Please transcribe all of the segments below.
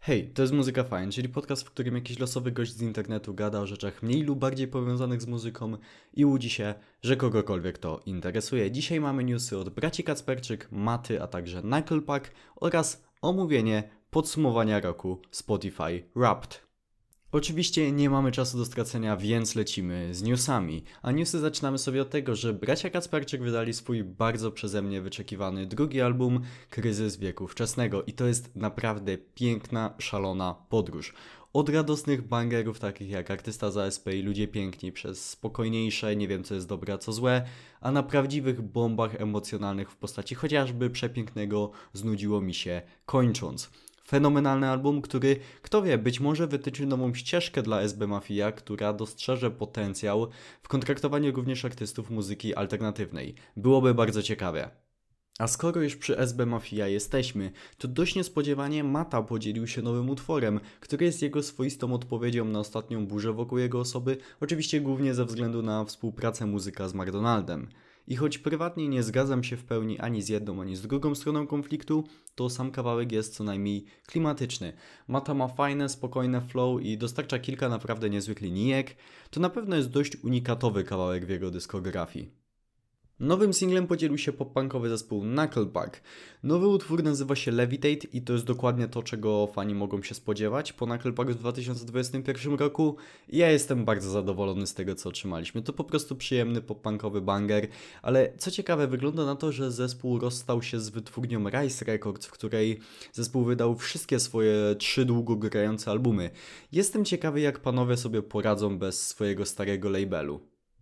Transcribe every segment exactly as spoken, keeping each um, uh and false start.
Hej, to jest Muzyka Fajn, czyli podcast, w którym jakiś losowy gość z internetu gada o rzeczach mniej lub bardziej powiązanych z muzyką i łudzi się, że kogokolwiek to interesuje. Dzisiaj mamy newsy od braci Kacperczyk, Maty, a także Nickelback oraz omówienie podsumowania roku Spotify Wrapped. Oczywiście nie mamy czasu do stracenia, więc lecimy z newsami. A newsy zaczynamy sobie od tego, że bracia Kacperczyk wydali swój bardzo przeze mnie wyczekiwany drugi album Kryzys wieku wczesnego i to jest naprawdę piękna, szalona podróż. Od radosnych bangerów takich jak Artysta z A S P i Ludzie Piękni przez spokojniejsze, nie wiem co jest dobre a co złe, a na prawdziwych bombach emocjonalnych w postaci chociażby przepięknego Znudziło mi się kończąc. Fenomenalny album, który, kto wie, być może wytyczy nową ścieżkę dla S B Mafia, która dostrzeże potencjał w kontraktowaniu również artystów muzyki alternatywnej. Byłoby bardzo ciekawe. A skoro już przy S B Mafia jesteśmy, to dość niespodziewanie Mata podzielił się nowym utworem, który jest jego swoistą odpowiedzią na ostatnią burzę wokół jego osoby, oczywiście głównie ze względu na współpracę muzyka z McDonaldem. I choć prywatnie nie zgadzam się w pełni ani z jedną, ani z drugą stroną konfliktu, to sam kawałek jest co najmniej klimatyczny. Mata ma fajne, spokojne flow i dostarcza kilka naprawdę niezłych linijek. To na pewno jest dość unikatowy kawałek w jego dyskografii. Nowym singlem podzielił się pop-punkowy zespół Nickelback. Nowy utwór nazywa się Levitate i to jest dokładnie to, czego fani mogą się spodziewać po Nickelback w dwa tysiące dwudziestym pierwszym roku i ja jestem bardzo zadowolony z tego, co otrzymaliśmy. To po prostu przyjemny pop-punkowy banger, ale co ciekawe, wygląda na to, że zespół rozstał się z wytwórnią Rise Records, w której zespół wydał wszystkie swoje trzy długo grające albumy. Jestem ciekawy, jak panowie sobie poradzą bez swojego starego labelu.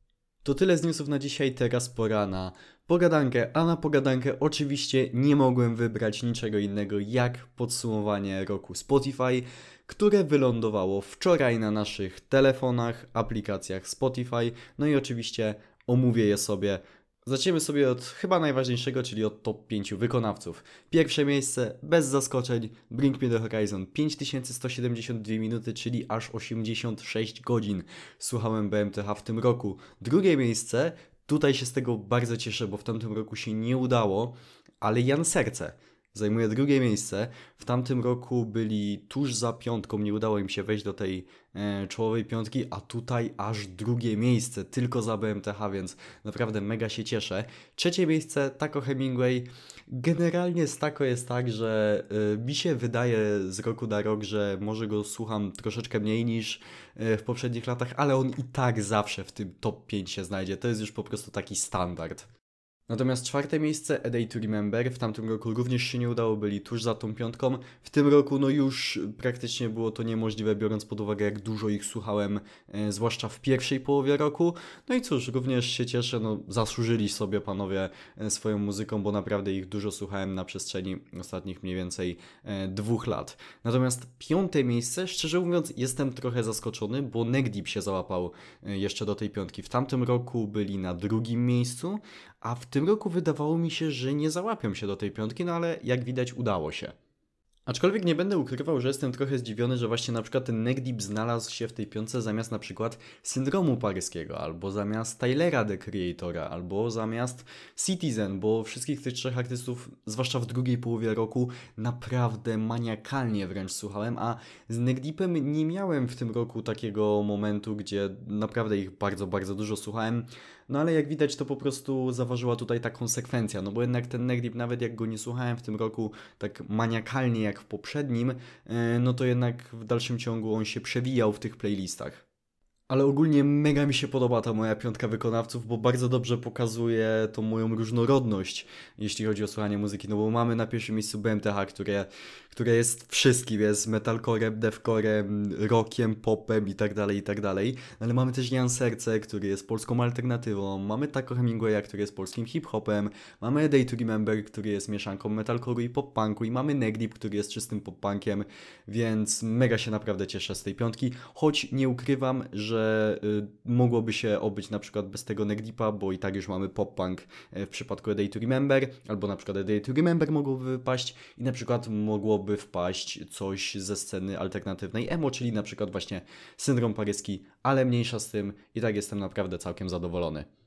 To tyle z newsów na dzisiaj, teraz pora na pogadankę, a na pogadankę oczywiście nie mogłem wybrać niczego innego jak podsumowanie roku Spotify, które wylądowało wczoraj na naszych telefonach, aplikacjach Spotify, no i oczywiście omówię je sobie. Zaczniemy sobie od chyba najważniejszego, czyli od top pięciu wykonawców. Pierwsze miejsce, bez zaskoczeń, Bring Me The Horizon, pięć tysięcy sto siedemdziesiąt dwie minuty, czyli aż osiemdziesiąt sześć godzin słuchałem B M T H w tym roku. Drugie miejsce, tutaj się z tego bardzo cieszę, bo w tamtym roku się nie udało, ale Jan Serce zajmuje drugie miejsce. W tamtym roku byli tuż za piątką, nie udało im się wejść do tej e, czołowej piątki, a tutaj aż drugie miejsce, tylko za B M T H, więc naprawdę mega się cieszę. Trzecie miejsce, Taco Hemingway. Generalnie z Taco jest tak, że e, mi się wydaje z roku na rok, że może go słucham troszeczkę mniej niż e, w poprzednich latach, ale on i tak zawsze w tym top pięć się znajdzie. To jest już po prostu taki standard. Natomiast czwarte miejsce, A Day to Remember, w tamtym roku również się nie udało, byli tuż za tą piątką. W tym roku no już praktycznie było to niemożliwe, biorąc pod uwagę jak dużo ich słuchałem, e, zwłaszcza w pierwszej połowie roku. No i cóż, również się cieszę, no zasłużyli sobie panowie e, swoją muzyką, bo naprawdę ich dużo słuchałem na przestrzeni ostatnich mniej więcej e, dwóch lat. Natomiast piąte miejsce, szczerze mówiąc jestem trochę zaskoczony, bo Neck Deep się załapał e, jeszcze do tej piątki. W tamtym roku byli na drugim miejscu, a w tym roku wydawało mi się, że nie załapią się do tej piątki, no ale jak widać udało się. Aczkolwiek nie będę ukrywał, że jestem trochę zdziwiony, że właśnie na przykład ten Neck Deep znalazł się w tej piątce zamiast na przykład Syndromu Paryskiego, albo zamiast Tylera The Creatora, albo zamiast Citizen, bo wszystkich tych trzech artystów, zwłaszcza w drugiej połowie roku, naprawdę maniakalnie wręcz słuchałem, a z Neck Deepem nie miałem w tym roku takiego momentu, gdzie naprawdę ich bardzo, bardzo dużo słuchałem. No ale jak widać to po prostu zaważyła tutaj ta konsekwencja, no bo jednak ten Neck Deep, nawet jak go nie słuchałem w tym roku tak maniakalnie jak w poprzednim, no to jednak w dalszym ciągu on się przewijał w tych playlistach. Ale ogólnie mega mi się podoba ta moja piątka wykonawców, bo bardzo dobrze pokazuje tą moją różnorodność, jeśli chodzi o słuchanie muzyki, no bo mamy na pierwszym miejscu B M T H, które, które jest wszystkim, jest metalcorem, deathcorem, rockiem, popem i tak dalej, i tak dalej, ale mamy też Jan Serce, który jest polską alternatywą, mamy Taco Hemingwaya, który jest polskim hip-hopem, mamy A Day to Remember, który jest mieszanką metalcore'u i pop-punku i mamy Neck Deep, który jest czystym pop-punkiem, więc mega się naprawdę cieszę z tej piątki, choć nie ukrywam, że że y, mogłoby się obyć na przykład bez tego Neck Deepa, bo i tak już mamy pop-punk w przypadku A Day to Remember, albo na przykład A Day to Remember mogłoby wypaść i na przykład mogłoby wpaść coś ze sceny alternatywnej emo, czyli na przykład właśnie Syndrom Paryski, ale mniejsza z tym, i tak jestem naprawdę całkiem zadowolony.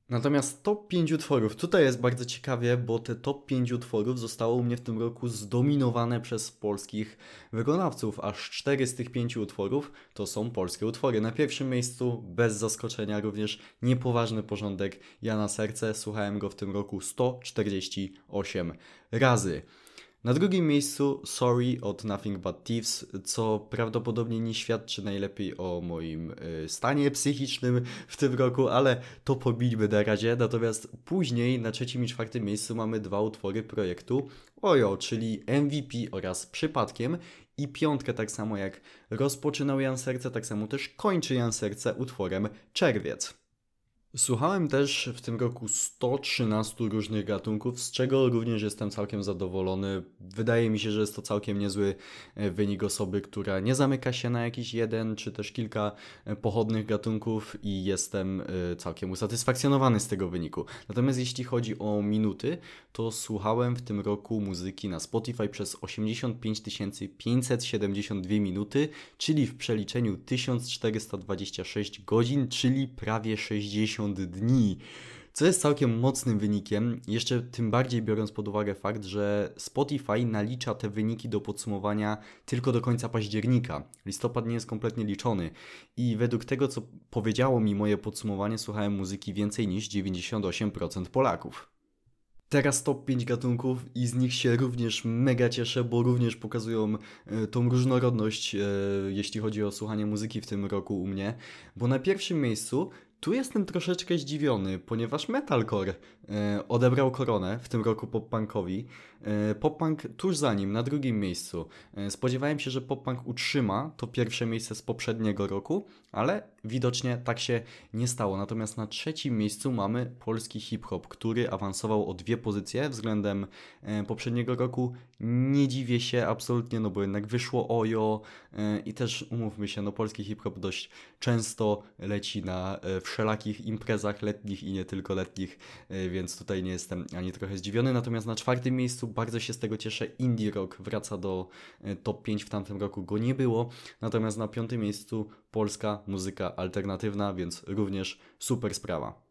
Natomiast top pięć utworów, tutaj jest bardzo ciekawie, bo te top pięć utworów zostało u mnie w tym roku zdominowane przez polskich wykonawców. Aż cztery z tych pięciu utworów to są polskie utwory. Na pierwszym miejscu, bez zaskoczenia, również niepoważny porządek Jana Serce. Słuchałem go w tym roku sto czterdzieści osiem razy. Na drugim miejscu Sorry od Nothing But Thieves, co prawdopodobnie nie świadczy najlepiej o moim y, stanie psychicznym w tym roku, ale to pobijmy na razie. Natomiast później na trzecim i czwartym miejscu mamy dwa utwory projektu Ojo, czyli M V P oraz Przypadkiem, i piątkę tak samo jak rozpoczynał Jan Serce, tak samo też kończy Jan Serce utworem Czerwiec. Słuchałem też w tym roku sto trzynaście różnych gatunków, z czego również jestem całkiem zadowolony. Wydaje mi się, że jest to całkiem niezły e, wynik osoby, która nie zamyka się na jakiś jeden czy też kilka e, pochodnych gatunków, i jestem e, całkiem usatysfakcjonowany z tego wyniku. Natomiast jeśli chodzi o minuty, to słuchałem w tym roku muzyki na Spotify przez osiemdziesiąt pięć tysięcy pięćset siedemdziesiąt dwie minuty, czyli w przeliczeniu tysiąc czterysta dwadzieścia sześć godzin, czyli prawie sześćdziesiąt dni, co jest całkiem mocnym wynikiem, jeszcze tym bardziej biorąc pod uwagę fakt, że Spotify nalicza te wyniki do podsumowania tylko do końca października. Listopad nie jest kompletnie liczony i według tego, co powiedziało mi moje podsumowanie, słuchałem muzyki więcej niż dziewięćdziesiąt osiem procent Polaków. Teraz top pięć gatunków i z nich się również mega cieszę, bo również pokazują e, tą różnorodność, e, jeśli chodzi o słuchanie muzyki w tym roku u mnie. Bo na pierwszym miejscu tu jestem troszeczkę zdziwiony, ponieważ metalcore e, odebrał koronę w tym roku pop-punkowi. E, pop-punk tuż za nim, na drugim miejscu. E, spodziewałem się, że pop-punk utrzyma to pierwsze miejsce z poprzedniego roku, ale widocznie tak się nie stało. Natomiast na trzecim miejscu mamy polski hip-hop, który awansował o dwie pozycje względem e, poprzedniego roku. Nie dziwię się absolutnie, no bo jednak wyszło Ojo e, i też umówmy się, no polski hip-hop dość często leci na e, wszelakich imprezach letnich i nie tylko letnich, e, więc tutaj nie jestem ani trochę zdziwiony. Natomiast na czwartym miejscu bardzo się z tego cieszę, indie rock wraca do e, top pięć, w tamtym roku go nie było. Natomiast na piątym miejscu polska muzyka alternatywna, więc również super sprawa.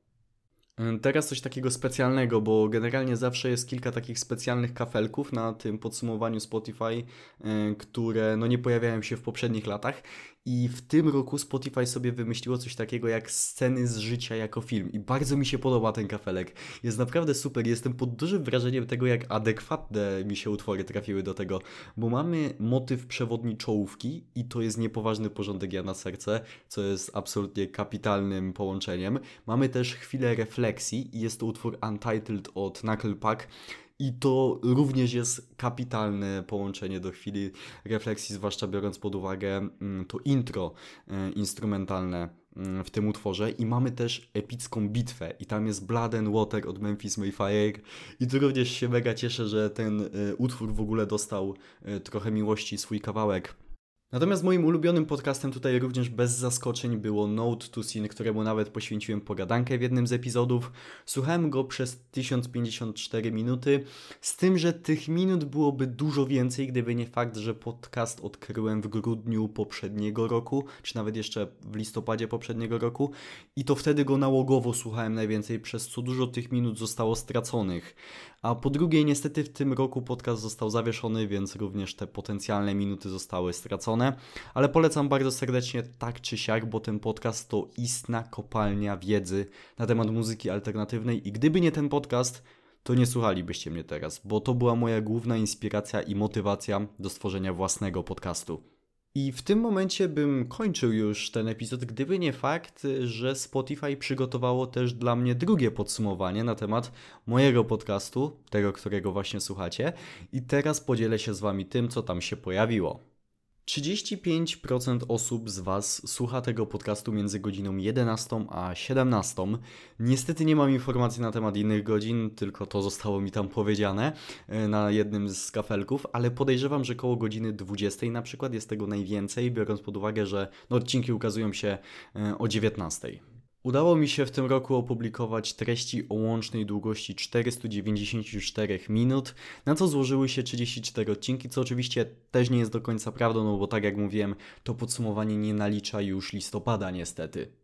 Teraz coś takiego specjalnego, bo generalnie zawsze jest kilka takich specjalnych kafelków na tym podsumowaniu Spotify, e, które no nie pojawiają się w poprzednich latach. I w tym roku Spotify sobie wymyśliło coś takiego jak sceny z życia jako film. I bardzo mi się podoba ten kafelek. Jest naprawdę super. Jestem pod dużym wrażeniem tego, jak adekwatne mi się utwory trafiły do tego. Bo mamy motyw przewodni czołówki i to jest niepoważny porządek Jana Serce, co jest absolutnie kapitalnym połączeniem. Mamy też chwilę refleksji i jest to utwór Untitled od Knuckle Puck. I to również jest kapitalne połączenie do chwili refleksji, zwłaszcza biorąc pod uwagę mm, to intro y, instrumentalne y, w tym utworze. I mamy też epicką bitwę i tam jest Blood and Water od Memphis Mayfire i tu również się mega cieszę, że ten y, utwór w ogóle dostał y, trochę miłości, swój kawałek. Natomiast moim ulubionym podcastem tutaj również bez zaskoczeń było Note to Sin, któremu nawet poświęciłem pogadankę w jednym z epizodów. Słuchałem go przez tysiąc pięćdziesiąt cztery minuty, z tym, że tych minut byłoby dużo więcej, gdyby nie fakt, że podcast odkryłem w grudniu poprzedniego roku, czy nawet jeszcze w listopadzie poprzedniego roku i to wtedy go nałogowo słuchałem najwięcej, przez co dużo tych minut zostało straconych. A po drugie, niestety w tym roku podcast został zawieszony, więc również te potencjalne minuty zostały stracone. Ale polecam bardzo serdecznie tak czy siak, bo ten podcast to istna kopalnia wiedzy na temat muzyki alternatywnej i gdyby nie ten podcast, to nie słuchalibyście mnie teraz, bo to była moja główna inspiracja i motywacja do stworzenia własnego podcastu. I w tym momencie bym kończył już ten epizod, gdyby nie fakt, że Spotify przygotowało też dla mnie drugie podsumowanie na temat mojego podcastu, tego, którego właśnie słuchacie. I teraz podzielę się z Wami tym, co tam się pojawiło. trzydzieści pięć procent osób z Was słucha tego podcastu między godziną jedenastą a siedemnastą. Niestety nie mam informacji na temat innych godzin, tylko to zostało mi tam powiedziane na jednym z kafelków, ale podejrzewam, że koło godziny dwudziestej na przykład jest tego najwięcej, biorąc pod uwagę, że no, odcinki ukazują się o dziewiętnastej. Udało mi się w tym roku opublikować treści o łącznej długości czterysta dziewięćdziesiąt cztery minut, na co złożyły się trzydzieści cztery odcinki, co oczywiście też nie jest do końca prawdą, no bo tak jak mówiłem, to podsumowanie nie nalicza już listopada niestety.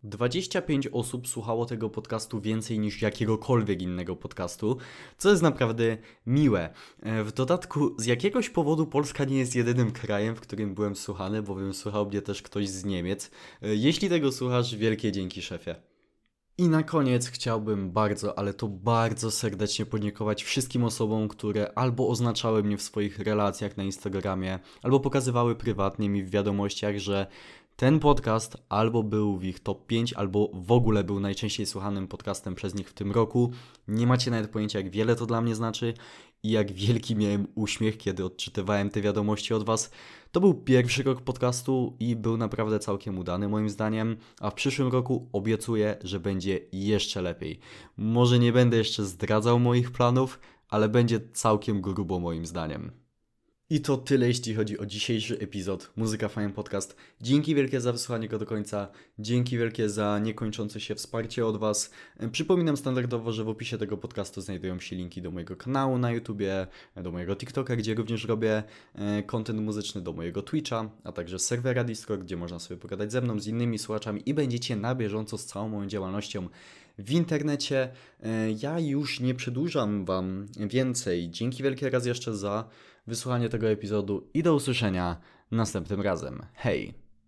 dwadzieścia pięć osób słuchało tego podcastu więcej niż jakiegokolwiek innego podcastu, co jest naprawdę miłe. W dodatku z jakiegoś powodu Polska nie jest jedynym krajem, w którym byłem słuchany, bowiem słuchał mnie też ktoś z Niemiec. Jeśli tego słuchasz, wielkie dzięki, szefie. I na koniec chciałbym bardzo, ale to bardzo serdecznie podziękować wszystkim osobom, które albo oznaczały mnie w swoich relacjach na Instagramie, albo pokazywały prywatnie mi w wiadomościach, że ten podcast albo był w ich top pięć, albo w ogóle był najczęściej słuchanym podcastem przez nich w tym roku. Nie macie nawet pojęcia, jak wiele to dla mnie znaczy i jak wielki miałem uśmiech, kiedy odczytywałem te wiadomości od Was. To był pierwszy rok podcastu i był naprawdę całkiem udany moim zdaniem, a w przyszłym roku obiecuję, że będzie jeszcze lepiej. Może nie będę jeszcze zdradzał moich planów, ale będzie całkiem grubo moim zdaniem. I to tyle, jeśli chodzi o dzisiejszy epizod Muzyka Fajny Podcast. Dzięki wielkie za wysłuchanie go do końca. Dzięki wielkie za niekończące się wsparcie od Was. Przypominam standardowo, że w opisie tego podcastu znajdują się linki do mojego kanału na YouTubie, do mojego TikToka, gdzie również robię content muzyczny, do mojego Twitcha, a także serwera Discord, gdzie można sobie pogadać ze mną, z innymi słuchaczami i będziecie na bieżąco z całą moją działalnością w internecie. Ja już nie przedłużam Wam więcej. Dzięki wielkie raz jeszcze za wysłuchanie tego epizodu i do usłyszenia następnym razem. Hej!